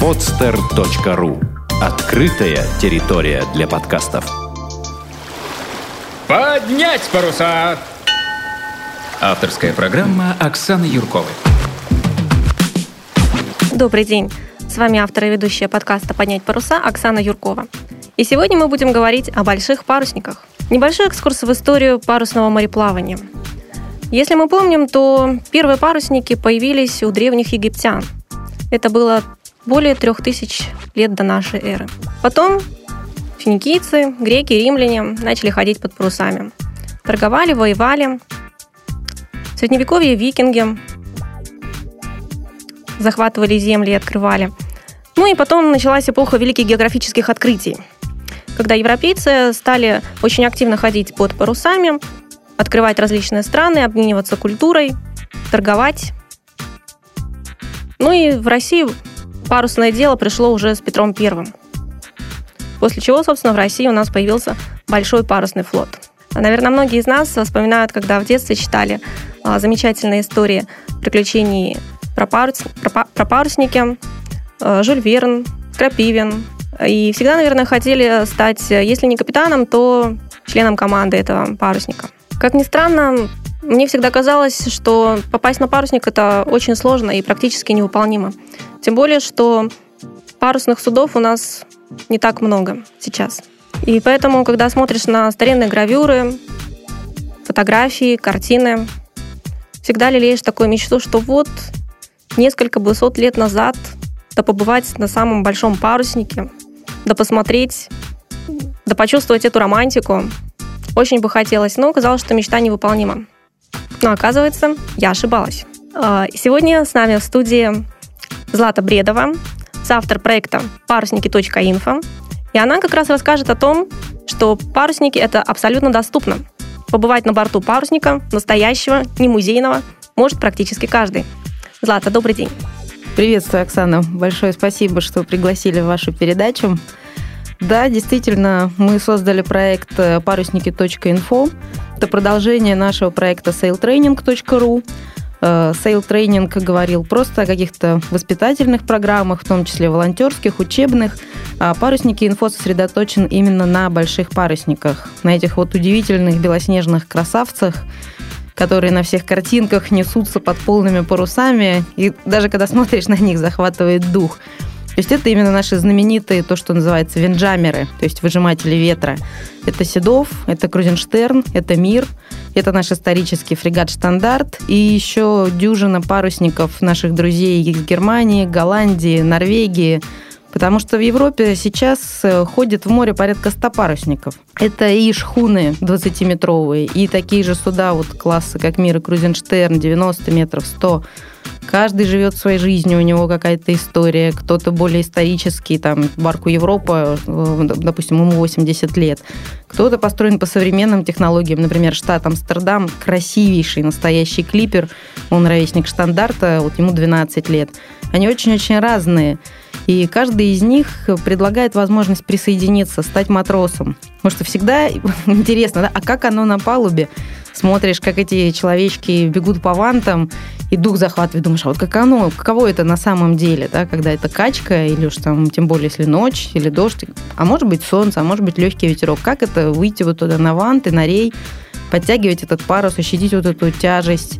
podster.ru. Открытая территория для подкастов. Поднять паруса! Авторская программа Оксаны Юрковой. Добрый день. С вами автор и ведущая подкаста «Поднять паруса» Оксана Юркова. И сегодня мы будем говорить о больших парусниках. Небольшой экскурс в историю парусного мореплавания. Если мы помним, то первые парусники появились у древних египтян. Это было более 3000 лет до нашей эры. Потом финикийцы, греки, римляне начали ходить под парусами. Торговали, воевали. В Средневековье викинги захватывали земли и открывали. Ну и потом началась эпоха великих географических открытий, когда европейцы стали очень активно ходить под парусами, открывать различные страны, обмениваться культурой, торговать. Ну и в Россию парусное дело пришло уже с Петром I. После чего, собственно, в России у нас появился большой парусный флот. Наверное, многие из нас вспоминают, когда в детстве читали замечательные истории приключений про парусники, Жюль Верн, Крапивин. И всегда, наверное, хотели стать, если не капитаном, то членом команды этого парусника. Как ни странно, мне всегда казалось, что попасть на парусник – это очень сложно и практически невыполнимо. Тем более, что парусных судов у нас не так много сейчас. И поэтому, когда смотришь на старинные гравюры, фотографии, картины, всегда лелеешь такую мечту, что вот несколько бы сот лет назад да побывать на самом большом паруснике, да посмотреть, да почувствовать эту романтику. Очень бы хотелось, но оказалось, что мечта невыполнима. Но оказывается, я ошибалась. Сегодня с нами в студии Злата Бредова, соавтор проекта парусники.инфо. И она как раз расскажет о том, что парусники – это абсолютно доступно. Побывать на борту парусника, настоящего, не музейного, может практически каждый. Злата, добрый день. Приветствую, Оксана. Большое спасибо, что пригласили в вашу передачу. Да, действительно, мы создали проект парусники.инфо. Это продолжение нашего проекта sailtraining.ru. Sailtraining говорил просто о каких-то воспитательных программах, в том числе волонтерских, учебных. А Парусники.инфо сосредоточен именно на больших парусниках, на этих вот удивительных белоснежных красавцах, которые на всех картинках несутся под полными парусами, и даже когда смотришь на них, захватывает дух. То есть это именно наши знаменитые, то, что называется винджамеры, то есть выжиматели ветра. Это Седов, это Крузенштерн, это Мир, это наш исторический фрегат Штандарт и еще дюжина парусников наших друзей из Германии, Голландии, Норвегии, потому что в Европе сейчас ходит в море порядка 100 парусников. Это и шхуны 20-метровые, и такие же суда вот класса, как Мир и Крузенштерн, 90 метров, 100. Каждый живет своей жизнью, у него какая-то история. Кто-то более исторический, там, Барку Европа, допустим, ему 80 лет. Кто-то построен по современным технологиям. Например, штат Амстердам, красивейший настоящий клипер. Он ровесник Штандарта, вот ему 12 лет. Они очень-очень разные. И каждый из них предлагает возможность присоединиться, стать матросом. Потому что всегда интересно, да? А как оно на палубе? Смотришь, как эти человечки бегут по вантам, и дух захватывает, думаешь, а вот как оно, каково это на самом деле, да? Когда это качка, или уж там, тем более, если ночь, или дождь, а может быть солнце, а может быть легкий ветерок. Как это выйти вот туда на вант и на рей, подтягивать этот парус, ощутить вот эту тяжесть.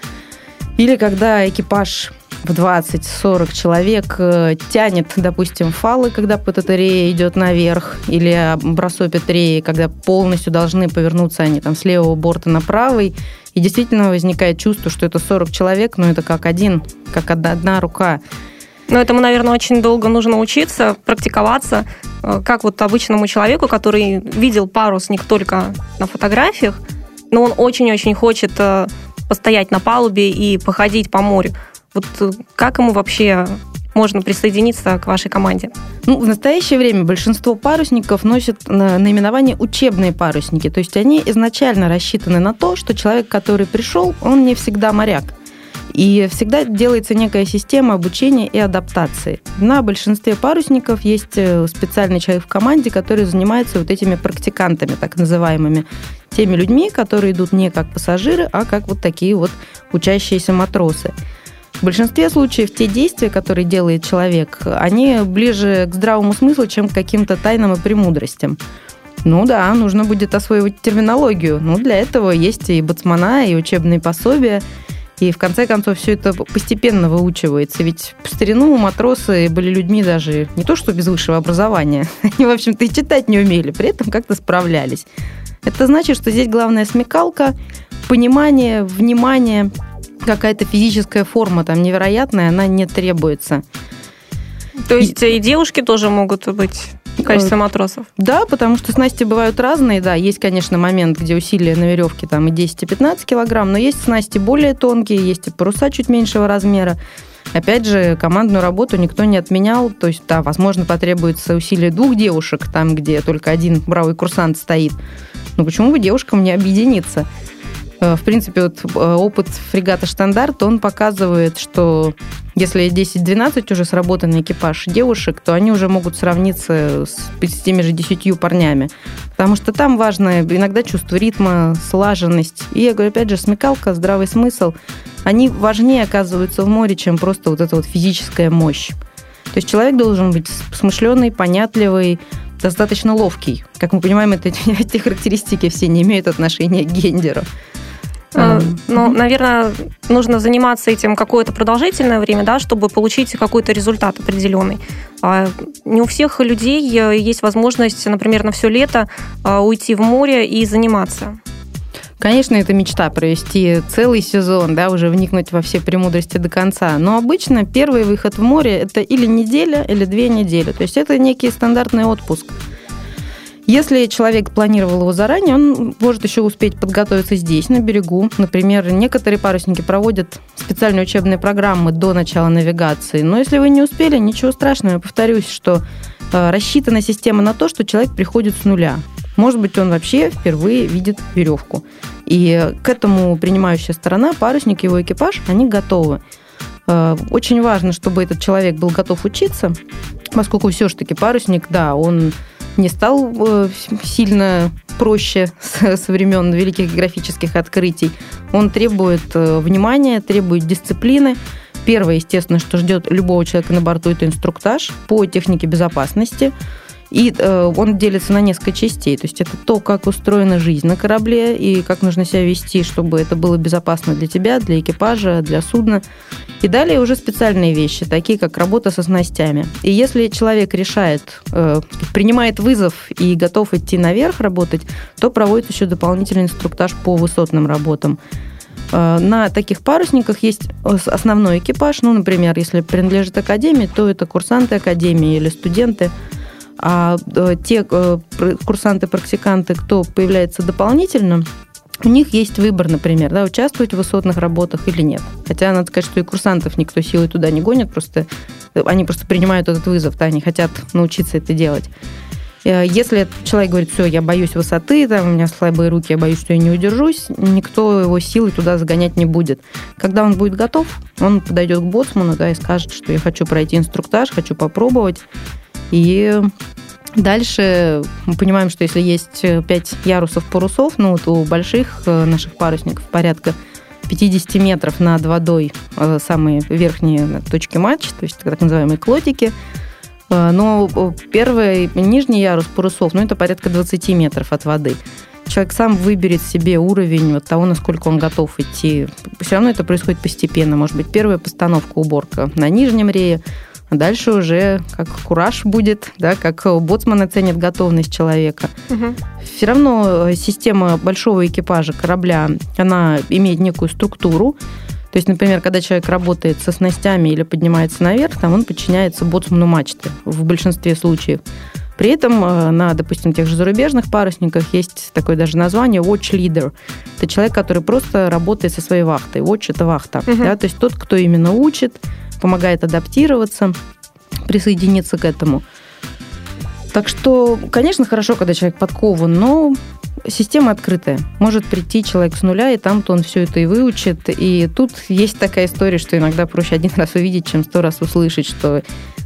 Или когда экипаж в 20-40 человек тянет, допустим, фалы, когда ПТТ-рея идет наверх, или бросопит реи, когда полностью должны повернуться они там с левого борта на правый, и действительно возникает чувство, что это 40 человек, но это как одна рука. Но этому, наверное, очень долго нужно учиться, практиковаться, как вот обычному человеку, который видел парусник только на фотографиях, но он очень-очень хочет постоять на палубе и походить по морю. Вот как ему вообще можно присоединиться к вашей команде? В настоящее время большинство парусников носят наименование учебные парусники. То есть они изначально рассчитаны на то, что человек, который пришел, он не всегда моряк. И всегда делается некая система обучения и адаптации. На большинстве парусников есть специальный человек в команде, который занимается вот этими практикантами, так называемыми, теми людьми, которые идут не как пассажиры, а как вот такие вот учащиеся матросы. В большинстве случаев те действия, которые делает человек, они ближе к здравому смыслу, чем к каким-то тайнам и премудростям. Ну да, нужно будет освоить терминологию. Ну, для этого есть и боцмана, и учебные пособия. И в конце концов все это постепенно выучивается. Ведь в старину матросы были людьми даже не то что без высшего образования. Они, в общем-то, и читать не умели, при этом как-то справлялись. Это значит, что здесь главная смекалка, понимание, внимание, какая-то физическая форма там невероятная, она не требуется. То есть и девушки тоже могут быть в качестве матросов? Да, потому что снасти бывают разные, да. Есть, конечно, момент, где усилия на веревке там и 10, и 15 килограмм, но есть снасти более тонкие, есть и паруса чуть меньшего размера. Опять же, командную работу никто не отменял, то есть, да, возможно, потребуется усилие 2 девушек, там, где только один бравый курсант стоит. Но почему бы девушкам не объединиться? В принципе, вот опыт фрегата «Штандарт», он показывает, что если 10-12 уже сработанный экипаж девушек, то они уже могут сравниться с теми же 10 парнями. Потому что там важно иногда чувство ритма, слаженность. И, я говорю, опять же, смекалка, здравый смысл. Они важнее оказываются в море, чем просто вот эта вот физическая мощь. То есть человек должен быть смышленый, понятливый, достаточно ловкий. Как мы понимаем, эти характеристики все не имеют отношения к гендеру. Ну, наверное, нужно заниматься этим какое-то продолжительное время, да, чтобы получить какой-то результат определенный. Не у всех людей есть возможность, например, на все лето уйти в море и заниматься. Конечно, это мечта провести целый сезон, да, уже вникнуть во все премудрости до конца. Но обычно первый выход в море – это или неделя, или 2 недели. То есть это некий стандартный отпуск. Если человек планировал его заранее, он может еще успеть подготовиться здесь, на берегу. Например, некоторые парусники проводят специальные учебные программы до начала навигации. Но если вы не успели, ничего страшного. Я повторюсь, что рассчитана система на то, что человек приходит с нуля. Может быть, он вообще впервые видит веревку. И к этому принимающая сторона, парусник, его экипаж, они готовы. Очень важно, чтобы этот человек был готов учиться, поскольку все-таки парусник, да, он не стал сильно проще со времен великих географических открытий. Он требует внимания, требует дисциплины. Первое, естественно, что ждет любого человека на борту, это инструктаж по технике безопасности. И он делится на несколько частей. То есть это то, как устроена жизнь на корабле и как нужно себя вести, чтобы это было безопасно для тебя, для экипажа, для судна. И далее уже специальные вещи, такие как работа со снастями. И если человек решает, принимает вызов и готов идти наверх работать, то проводится еще дополнительный инструктаж по высотным работам. На таких парусниках есть основной экипаж. Ну, например, если принадлежит академии, то это курсанты академии или студенты. А те курсанты-практиканты, кто появляется дополнительно, у них есть выбор, например, да, участвовать в высотных работах или нет. Хотя надо сказать, что и курсантов никто силой туда не гонит, они просто принимают этот вызов, да, они хотят научиться это делать. Если человек говорит, все, я боюсь высоты, там, у меня слабые руки, я боюсь, что я не удержусь, никто его силой туда загонять не будет. Когда он будет готов, он подойдет к боцману, да, и скажет, что я хочу пройти инструктаж, хочу попробовать. И дальше мы понимаем, что если есть 5 ярусов парусов, ну вот у больших наших парусников порядка 50 метров над водой самые верхние точки мачт, то есть так называемые клотики, но первый нижний ярус парусов, ну это порядка 20 метров от воды. Человек сам выберет себе уровень вот того, насколько он готов идти. Все равно это происходит постепенно. Может быть, первая постановка, уборка на нижнем рее, а дальше уже как кураж будет, да, как боцман оценит готовность человека. Угу. Все равно система большого экипажа корабля, она имеет некую структуру. То есть, например, когда человек работает со снастями или поднимается наверх, там он подчиняется боцману мачты в большинстве случаев. При этом на, допустим, тех же зарубежных парусниках есть такое даже название watch leader. Это человек, который просто работает со своей вахтой. Watch – это вахта. Uh-huh. Да? То есть тот, кто именно учит, помогает адаптироваться, присоединиться к этому. Так что, конечно, хорошо, когда человек подкован, но система открытая. Может прийти человек с нуля, и там-то он все это и выучит. И тут есть такая история, что иногда проще 1 раз увидеть, чем 100 раз услышать, что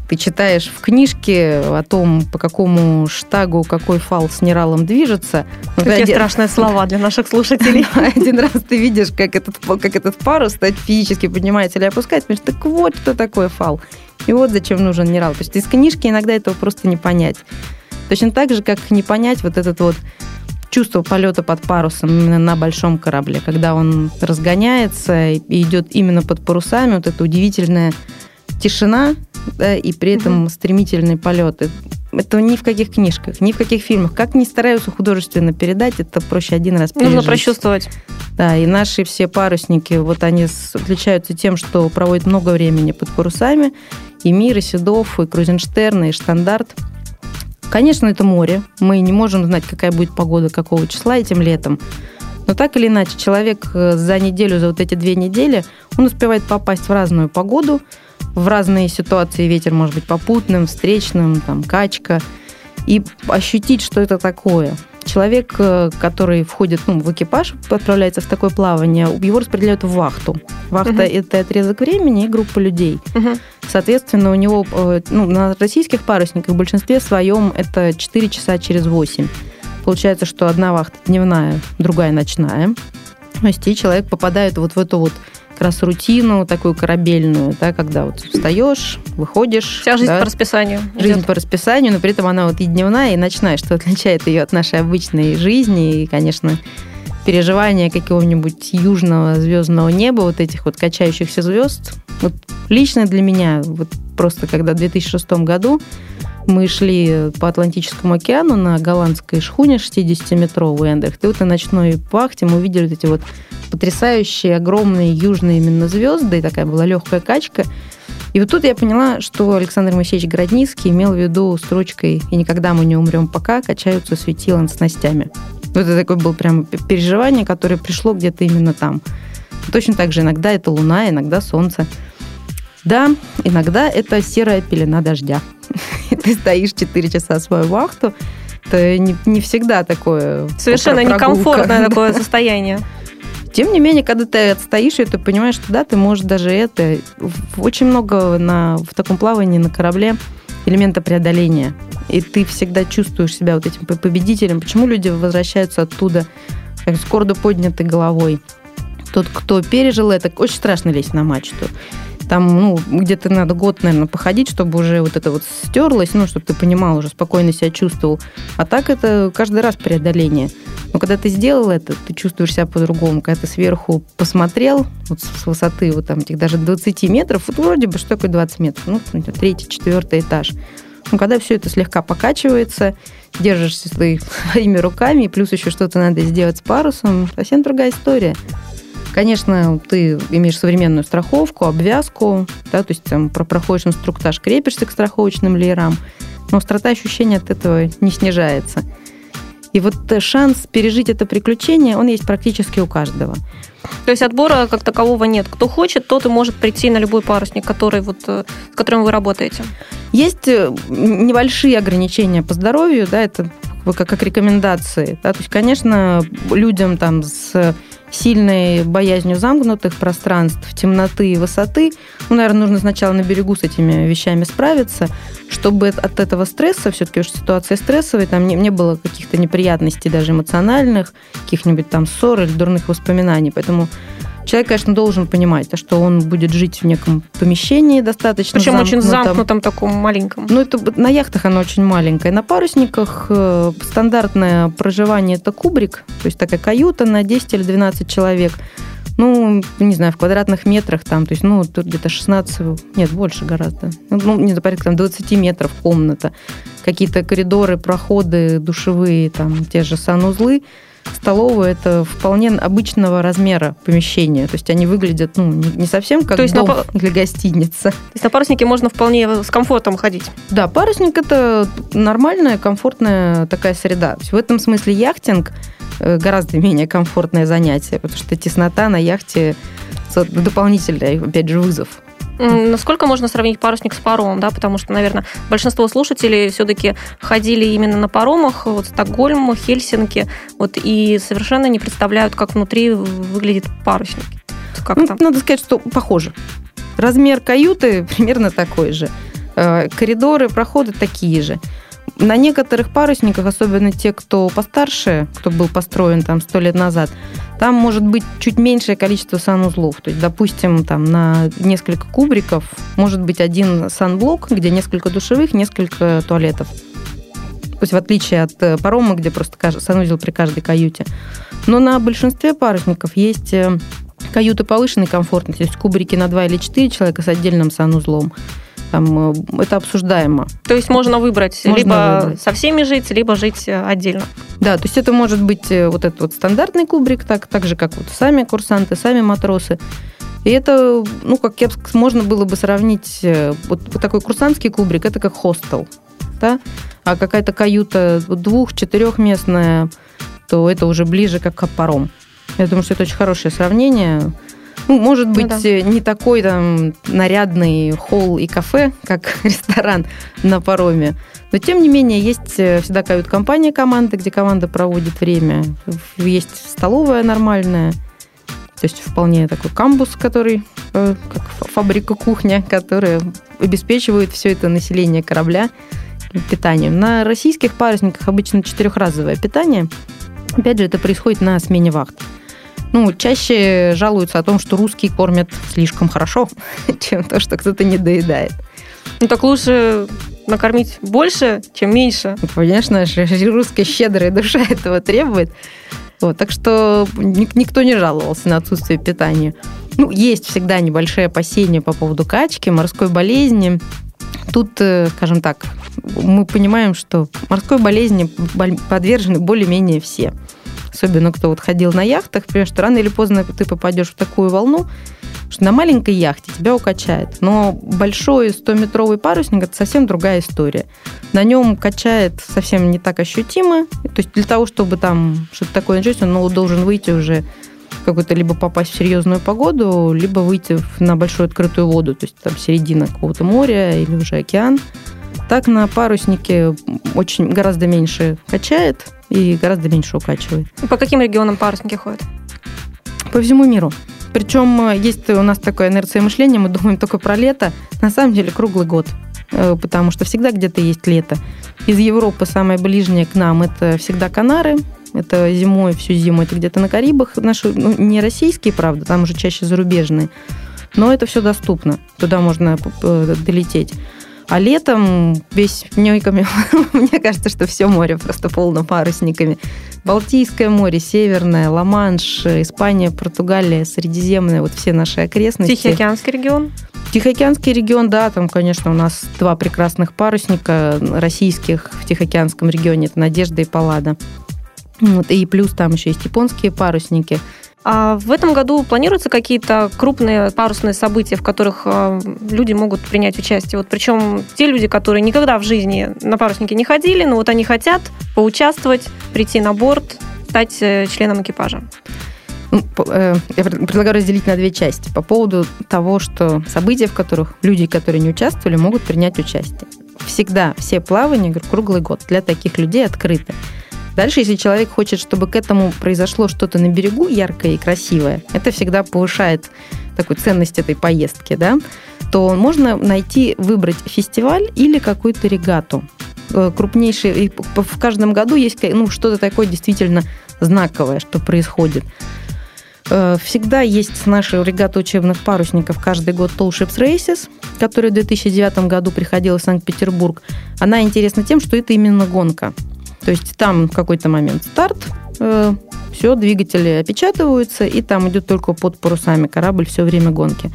ты читаешь в книжке о том, по какому штагу какой фал с нералом движется. Какие страшные слова для наших слушателей. Один раз ты видишь, как этот парус физически поднимается или опускается, потому что так вот что такое фал. И вот зачем нужен нерал. То есть из книжки иногда этого просто не понять. Точно так же, как не понять вот этот вот чувство полета под парусом именно на большом корабле, когда он разгоняется и идет именно под парусами, вот эта удивительная тишина, да, и при этом стремительный полет. Это ни в каких книжках, ни в каких фильмах. Как ни стараются художественно передать, это проще один раз пережить. Нужно прочувствовать. Да, и наши все парусники, вот они отличаются тем, что проводят много времени под парусами. И Мир, и Седов, и Крузенштерн, и Штандарт. Конечно, это море. Мы не можем знать, какая будет погода, какого числа этим летом. Но так или иначе, человек за неделю, за вот эти 2 недели, он успевает попасть в разную погоду, в разные ситуации. Ветер может быть попутным, встречным, там, качка. И ощутить, что это такое. Человек, который входит в экипаж, отправляется в такое плавание, его распределяют в вахту. Вахта – это отрезок времени и группа людей. Соответственно, у него на российских парусниках в большинстве своем это 4 часа через 8. Получается, что одна вахта дневная, другая ночная. То есть и человек попадает вот в эту вот как раз рутину такую корабельную, да, когда вот встаешь, выходишь. Вся жизнь по расписанию. Жизнь по расписанию, но при этом она вот и дневная, и ночная, что отличает ее от нашей обычной жизни. И, конечно, переживания какого-нибудь южного звездного неба, вот этих вот качающихся звезд. Вот лично для меня, вот просто когда в 2006 году мы шли по Атлантическому океану на голландской шхуне 60-метровой Эндерхт, и вот на ночной вахте мы увидели вот эти вот потрясающие, огромные южные именно звезды, и такая была легкая качка. И вот тут я поняла, что Александр Моисеевич Городницкий имел в виду строчкой «И никогда мы не умрем, пока качаются светила над снастями». Вот это такое было прям переживание, которое пришло где-то именно там. Точно так же иногда это луна, иногда солнце. Да, иногда это серая пелена дождя. Ты стоишь 4 часа свою вахту, это не всегда такое... Совершенно некомфортное такое состояние. Тем не менее, когда ты отстоишь, и ты понимаешь, что да, ты можешь даже это... Очень много в таком плавании на корабле элемента преодоления. И ты всегда чувствуешь себя вот этим победителем. Почему люди возвращаются оттуда с гордо поднятой головой? Тот, кто пережил это, очень страшно лезть на мачту. Там, где-то надо год, наверное, походить, чтобы уже вот это вот стерлось, чтобы ты понимал, уже спокойно себя чувствовал. А так это каждый раз преодоление. Но когда ты сделал это, ты чувствуешь себя по-другому. Когда ты сверху посмотрел, вот с высоты вот там этих даже 20 метров, вот вроде бы, что такое 20 метров? 3-й, 4-й этаж. Когда все это слегка покачивается, держишься своими руками, и плюс еще что-то надо сделать с парусом, совсем другая история. Конечно, ты имеешь современную страховку, обвязку, да, то есть там проходишь инструктаж, крепишься к страховочным леерам, но острота ощущения от этого не снижается. И вот шанс пережить это приключение, он есть практически у каждого. То есть отбора как такового нет. Кто хочет, тот и может прийти на любой парусник, с которым вы работаете. Есть небольшие ограничения по здоровью, да, это как рекомендации. Да, то есть, конечно, людям там с сильной боязнью замкнутых пространств, темноты и высоты, наверное, нужно сначала на берегу с этими вещами справиться, чтобы от этого стресса, все-таки уж ситуация стрессовая, там не было каких-то неприятностей даже эмоциональных, каких-нибудь там ссор или дурных воспоминаний. Поэтому человек, конечно, должен понимать, что он будет жить в неком помещении достаточно причем очень замкнутом, таком маленьком. Это на яхтах оно очень маленькое. На парусниках стандартное проживание – это кубрик, то есть такая каюта на 10 или 12 человек. Не знаю, в квадратных метрах там, то есть, тут где-то 16, нет, больше гораздо. Порядка 20 метров комната. Какие-то коридоры, проходы, душевые, там, те же санузлы. Столовая – это вполне обычного размера помещения. То есть они выглядят не совсем как дом для гостиницы. То есть на паруснике можно вполне с комфортом ходить? Да, парусник – это нормальная, комфортная такая среда. В этом смысле яхтинг гораздо менее комфортное занятие, потому что теснота на яхте – дополнительный, опять же, вызов. Насколько можно сравнить парусник с паромом, да? Потому что, наверное, большинство слушателей все-таки ходили именно на паромах, Стокгольм, Хельсинки, и совершенно не представляют, как внутри выглядит парусник. Как там? Надо сказать, что похоже. Размер каюты примерно такой же. Коридоры, проходы такие же. На некоторых парусниках, особенно те, кто постарше, кто был построен там 100 лет назад, там может быть чуть меньшее количество санузлов. То есть, допустим, там на несколько кубриков может быть один санблок, где несколько душевых, несколько туалетов. То есть в отличие от парома, где просто санузел при каждой каюте. Но на большинстве парусников есть каюты повышенной комфортности, то есть кубрики на 2 или 4 человека с отдельным санузлом. Там, это обсуждаемо. То есть можно выбрать либо со всеми жить, либо жить отдельно. Да, то есть это может быть вот этот вот стандартный кубрик, так же, как вот сами курсанты, сами матросы. И это, как можно было бы сравнить, вот такой курсантский кубрик, это как хостел, да? А какая-то каюта 2-4-местная, то это уже ближе как паром. Я думаю, что это очень хорошее сравнение. Может быть, не такой там нарядный холл и кафе, как ресторан на пароме, но, тем не менее, есть всегда кают-компания команды, где команда проводит время. Есть столовая нормальная, то есть вполне такой камбус, который, как фабрика-кухня, которая обеспечивает все это население корабля питанием. На российских парусниках обычно 4-разовое питание. Опять же, это происходит на смене вахт. Чаще жалуются о том, что русские кормят слишком хорошо, чем то, что кто-то не доедает. Так лучше накормить больше, чем меньше. Конечно, русская щедрая душа этого требует. Так что никто не жаловался на отсутствие питания. Есть всегда небольшие опасения по поводу качки, морской болезни. Тут, скажем так, мы понимаем, что морской болезни подвержены более-менее все. Особенно кто ходил на яхтах, потому что рано или поздно ты попадешь в такую волну, что на маленькой яхте тебя укачает. Но большой 100-метровый парусник – это совсем другая история. На нем качает совсем не так ощутимо. То есть для того, чтобы там что-то такое начать, он должен выйти уже какой-то либо попасть в серьезную погоду, либо выйти на большую открытую воду, то есть там середина какого-то моря или уже океан. Так на паруснике гораздо меньше качает и гораздо меньше укачивает. По каким регионам парусники ходят? По всему миру. Причем есть у нас такое инерция мышления, мы думаем только про лето. На самом деле круглый год, потому что всегда где-то есть лето. Из Европы самое ближнее к нам – это всегда Канары. Это зимой, всю зиму, это где-то на Карибах. Наши, не российские, правда, там уже чаще зарубежные. Но это все доступно. Туда можно долететь. А летом весь мне кажется, что все море просто полно парусниками. Балтийское море, Северное, Ла-Манш, Испания, Португалия, Средиземное, все наши окрестности. Тихоокеанский регион? Тихоокеанский регион, да, там, конечно, у нас 2 прекрасных парусника российских в Тихоокеанском регионе. Это «Надежда» и «Паллада». И плюс там еще есть японские парусники. А в этом году планируются какие-то крупные парусные события, в которых люди могут принять участие? Причем те люди, которые никогда в жизни на паруснике не ходили, но они хотят поучаствовать, прийти на борт, стать членом экипажа. Я предлагаю разделить на 2 части. По поводу того, что события, в которых люди, которые не участвовали, могут принять участие. Всегда все плавания, круглый год для таких людей открыты. Дальше, если человек хочет, чтобы к этому произошло что-то на берегу яркое и красивое, это всегда повышает такую ценность этой поездки, да, то можно выбрать фестиваль или какую-то регату. Крупнейший, и в каждом году есть что-то такое действительно знаковое, что происходит. Всегда есть наша регата учебных парусников каждый год Tall Ships Races, которая в 2009 году приходила в Санкт-Петербург. Она интересна тем, что это именно гонка. То есть там в какой-то момент старт, все, двигатели опечатываются, и там идет только под парусами корабль все время гонки.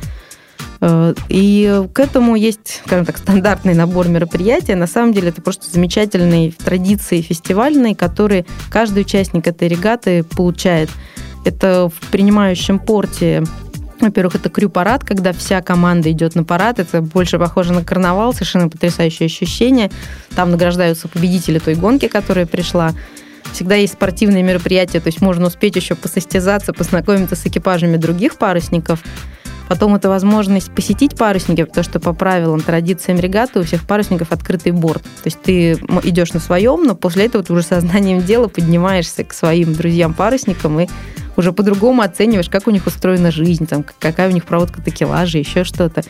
И к этому есть, скажем так, стандартный набор мероприятий. На самом деле это просто замечательные традиции фестивальные, которые каждый участник этой регаты получает. Это в принимающем порте. Во-первых, это крю-парад, когда вся команда идет на парад. Это больше похоже на карнавал, совершенно потрясающее ощущение. Там награждаются победители той гонки, которая пришла. Всегда есть спортивные мероприятия, то есть можно успеть еще посостязаться, познакомиться с экипажами других парусников. Потом это возможность посетить парусники, потому что по правилам, традициям регаты у всех парусников открытый борт. То есть ты идешь на своем, но после этого ты уже сознанием дела поднимаешься к своим друзьям-парусникам и уже по-другому оцениваешь, как у них устроена жизнь, какая у них проводка такелажа, еще что-то.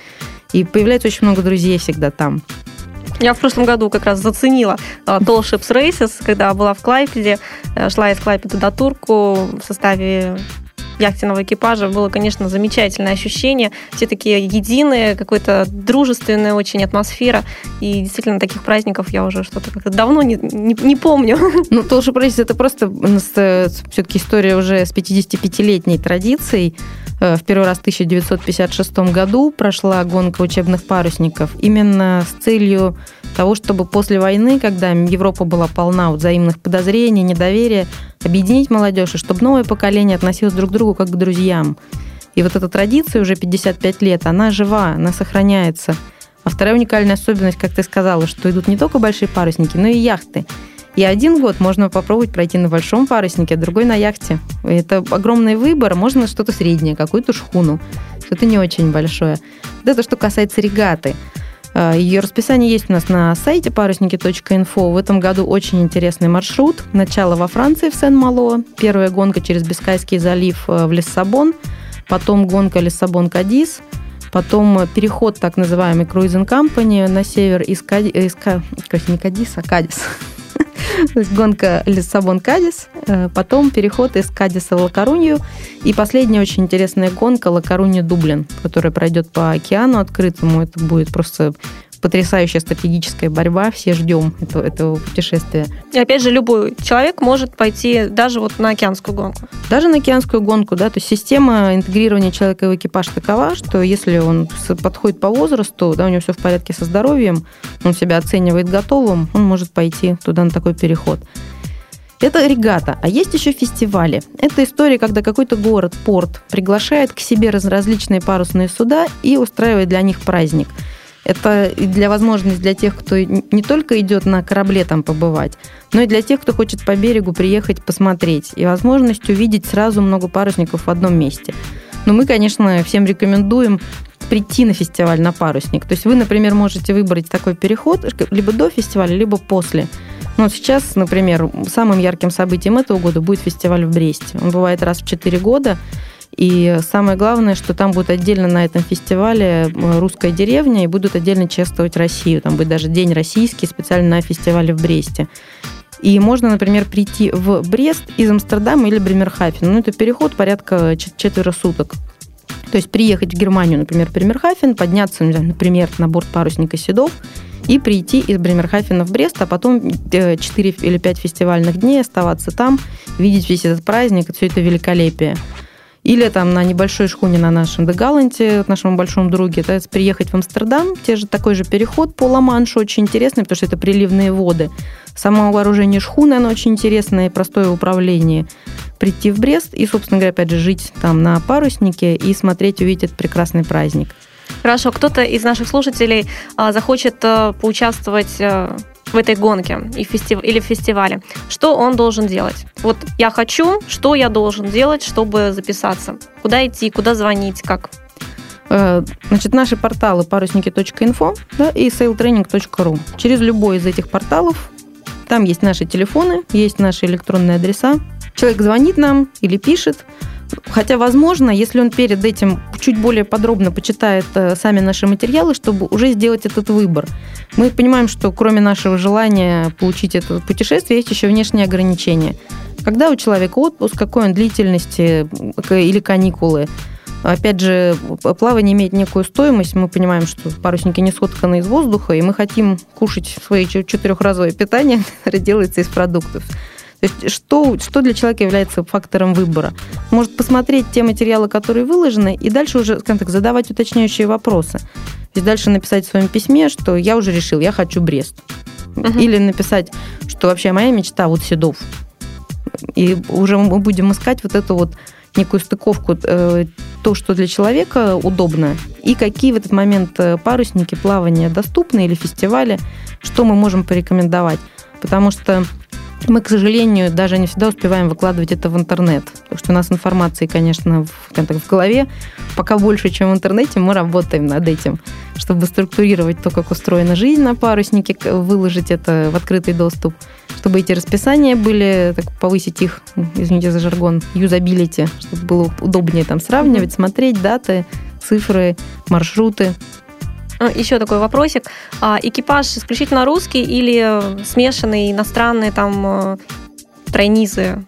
И появляется очень много друзей всегда там. Я в прошлом году как раз заценила Tall Ships Races, когда была в Клайпеде, шла из Клайпеды до Турку в составе яхтенного экипажа. Было, конечно, замечательное ощущение. Все такие единые, какой-то дружественная очень атмосфера. И действительно, таких праздников я уже что-то как-то давно не помню. Ну, Tall Ships Races — это просто все-таки история уже с 55-летней традицией. В первый раз в 1956 году прошла гонка учебных парусников именно с целью того, чтобы после войны, когда Европа была полна взаимных подозрений, недоверия, объединить молодежь, и чтобы новое поколение относилось друг к другу как к друзьям. И вот эта традиция уже 55 лет, она жива, она сохраняется. А вторая уникальная особенность, как ты сказала, что идут не только большие парусники, но и яхты. И один год можно попробовать пройти на большом паруснике, а другой на яхте. Это огромный выбор. Можно что-то среднее, какую-то шхуну, что-то не очень большое. Это что касается регаты. Ее расписание есть у нас на сайте парусники.инфо. В этом году очень интересный маршрут. Начало во Франции в Сен-Мало, первая гонка через Бискайский залив в Лиссабон, потом гонка Лиссабон-Кадис, потом переход так называемый Cruising Company на север из Кадис. То есть гонка Лиссабон-Кадис, потом переход из Кадиса в Ла-Корунью, и последняя очень интересная гонка Ла-Корунья-Дублин, которая пройдет по океану открытому. Это будет просто потрясающая стратегическая борьба. Все ждем этого путешествия. И опять же, любой человек может пойти даже вот на океанскую гонку. Даже на океанскую гонку, да. То есть система интегрирования человека в экипаж такова, что если он подходит по возрасту, да, у него все в порядке со здоровьем, он себя оценивает готовым, он может пойти туда на такой переход. Это регата. А есть еще фестивали. Это история, когда какой-то город, порт приглашает к себе различные парусные суда и устраивает для них праздник. Это возможность для тех, кто не только идет на корабле там побывать, но и для тех, кто хочет по берегу приехать посмотреть. И возможность увидеть сразу много парусников в одном месте. Но мы, конечно, всем рекомендуем прийти на фестиваль на парусник. То есть вы, например, можете выбрать такой переход либо до фестиваля, либо после. Ну, вот сейчас, например, самым ярким событием этого года будет фестиваль в Бресте. Он бывает раз в 4 года. И самое главное, что там будет отдельно на этом фестивале русская деревня, и будут отдельно чествовать Россию. Там будет даже день российский специально на фестивале в Бресте. И можно, например, прийти в Брест из Амстердама или Бремерхафена. Ну, это переход порядка 4 суток. То есть приехать в Германию, например, в Бремерхафен, подняться, например, на борт парусника Седов и прийти из Бремерхафена в Брест, а потом 4 или 5 фестивальных дней оставаться там, видеть весь этот праздник, все это великолепие. Или там на небольшой шхуне на нашем Дегаланте, нашем большом друге, то есть приехать в Амстердам, такой же переход по Ла-Маншу, очень интересный, потому что это приливные воды. Само вооружение шхуны, оно очень интересное и простое в управлении. Прийти в Брест и, собственно говоря, опять же, жить там на паруснике и смотреть, увидеть этот прекрасный праздник. Хорошо, кто-то из наших слушателей захочет поучаствовать в этой гонке или в фестивале. Что он должен делать? Вот я хочу, что я должен делать, чтобы записаться? Куда идти, куда звонить, как? Значит, наши порталы парусники.инфо, да, и sailtraining.ru. Через любой из этих порталов там есть наши телефоны, есть наши электронные адреса. Человек звонит нам или пишет. Хотя, возможно, если он перед этим чуть более подробно почитает сами наши материалы, чтобы уже сделать этот выбор. Мы понимаем, что кроме нашего желания получить это путешествие, есть еще внешние ограничения. Когда у человека отпуск, какой он длительности или каникулы. Опять же, плавание имеет некую стоимость. Мы понимаем, что парусники не сотканы из воздуха, и мы хотим кушать свое 4-разовое питание, которое делается из продуктов. То есть что для человека является фактором выбора? Может посмотреть те материалы, которые выложены, и дальше уже, скажем так, задавать уточняющие вопросы. То есть дальше написать в своем письме, что я уже решил, я хочу Брест. Или написать, что вообще моя мечта вот Седов. И уже мы будем искать вот эту вот некую стыковку, то, что для человека удобно, и какие в этот момент парусники, плавания доступны или фестивали, что мы можем порекомендовать. Потому что мы, к сожалению, даже не всегда успеваем выкладывать это в интернет. Потому что у нас информации, конечно, в голове пока больше, чем в интернете. Мы работаем над этим, чтобы структурировать то, как устроена жизнь на паруснике, выложить это в открытый доступ, чтобы эти расписания были, так, повысить их, извините за жаргон, юзабилити, чтобы было удобнее там сравнивать, смотреть даты, цифры, маршруты. Еще такой вопросик. Экипаж исключительно русский или смешанный, иностранные, там, тройнизы?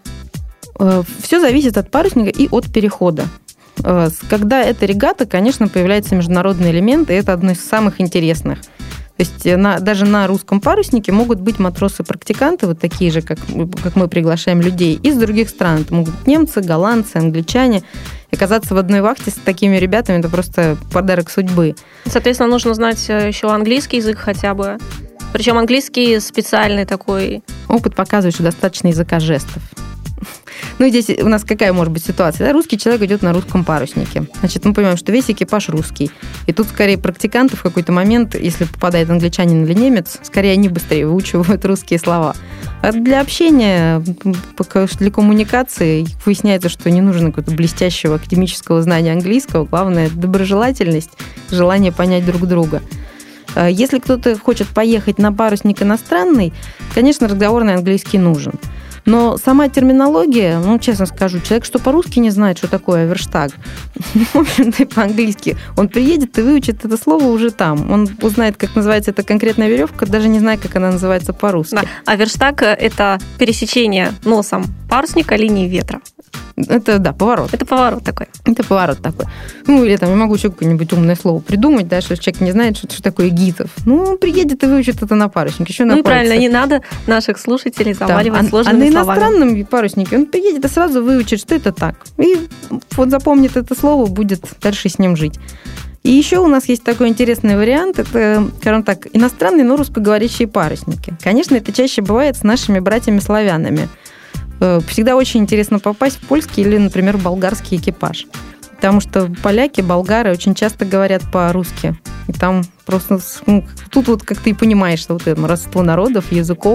Все зависит от парусника и от перехода. Когда это регата, конечно, появляется международный элемент, и это одно из самых интересных. То есть даже на русском паруснике могут быть матросы-практиканты, вот такие же, как мы приглашаем людей, из других стран. Это могут быть немцы, голландцы, англичане. И оказаться в одной вахте с такими ребятами – это просто подарок судьбы. Соответственно, нужно знать еще английский язык хотя бы. Причем английский специальный такой. Опыт показывает, что достаточно языка жестов. Ну, здесь у нас какая может быть ситуация? Да, русский человек идет на русском паруснике. Значит, мы понимаем, что весь экипаж русский. И тут скорее практиканты в какой-то момент, если попадает англичанин или немец, скорее они быстрее выучивают русские слова. А для общения, для коммуникации выясняется, что не нужно какого-то блестящего академического знания английского. Главное – доброжелательность, желание понять друг друга. Если кто-то хочет поехать на парусник иностранный, конечно, разговор на английский нужен. Но сама терминология, честно скажу, человек, что по-русски не знает, что такое оверштаг, в общем-то, и по-английски, он приедет и выучит это слово уже там. Он узнает, как называется эта конкретная веревка, даже не зная, как она называется по-русски. Да. Оверштаг – это пересечение носом парусника линии ветра. Это, да, поворот. Это поворот такой. Это поворот такой. Или там я могу еще какое-нибудь умное слово придумать, да, что человек не знает, что такое гитов. Он приедет и выучит это на парусник. Еще на и правильно, не надо наших слушателей заваливать сложными словами. А на иностранном паруснике он приедет и сразу выучит, что это так. И вот запомнит это слово, будет дальше с ним жить. И еще у нас есть такой интересный вариант. Это, скажем так, иностранные, но русскоговорящие парусники. Конечно, это чаще бывает с нашими братьями-славянами. Всегда очень интересно попасть в польский или, например, болгарский экипаж. Потому что поляки, болгары очень часто говорят по-русски. И там просто... тут вот как ты и понимаешь, что вот это родство народов, языков.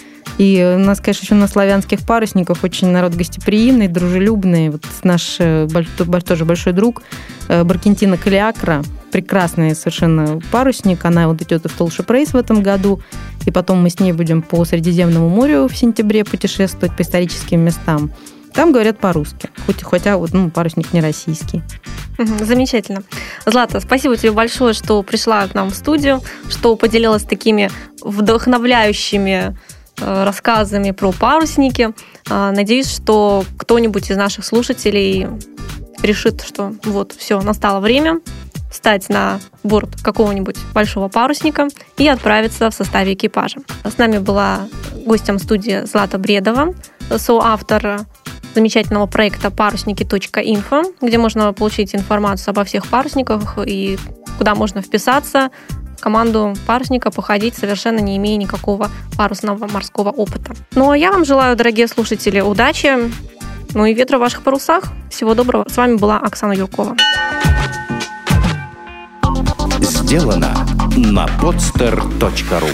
И у нас, конечно, еще на славянских парусниках очень народ гостеприимный, дружелюбный. Вот наш тоже большой друг Баркентина Калиакра, прекрасный совершенно парусник. Она вот идет в Толшеп Рейс в этом году. И потом мы с ней будем по Средиземному морю в сентябре путешествовать по историческим местам. Там говорят по-русски, хотя парусник не российский. Замечательно. Злата, спасибо тебе большое, что пришла к нам в студию, что поделилась такими вдохновляющими рассказами про парусники. Надеюсь, что кто-нибудь из наших слушателей решит, что вот, все, настало время встать на борт какого-нибудь большого парусника и отправиться в составе экипажа. С нами была гостем студии Злата Бредова, соавтор замечательного проекта парусники.инфо, где можно получить информацию обо всех парусниках и куда можно вписаться в команду парусника, походить, совершенно не имея никакого парусного морского опыта. Ну а я вам желаю, дорогие слушатели, удачи, и ветра в ваших парусах. Всего доброго. С вами была Оксана Юркова. Сделано на podster.ru.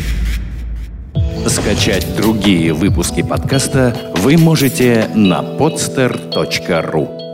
Скачать другие выпуски подкаста вы можете на podster.ru.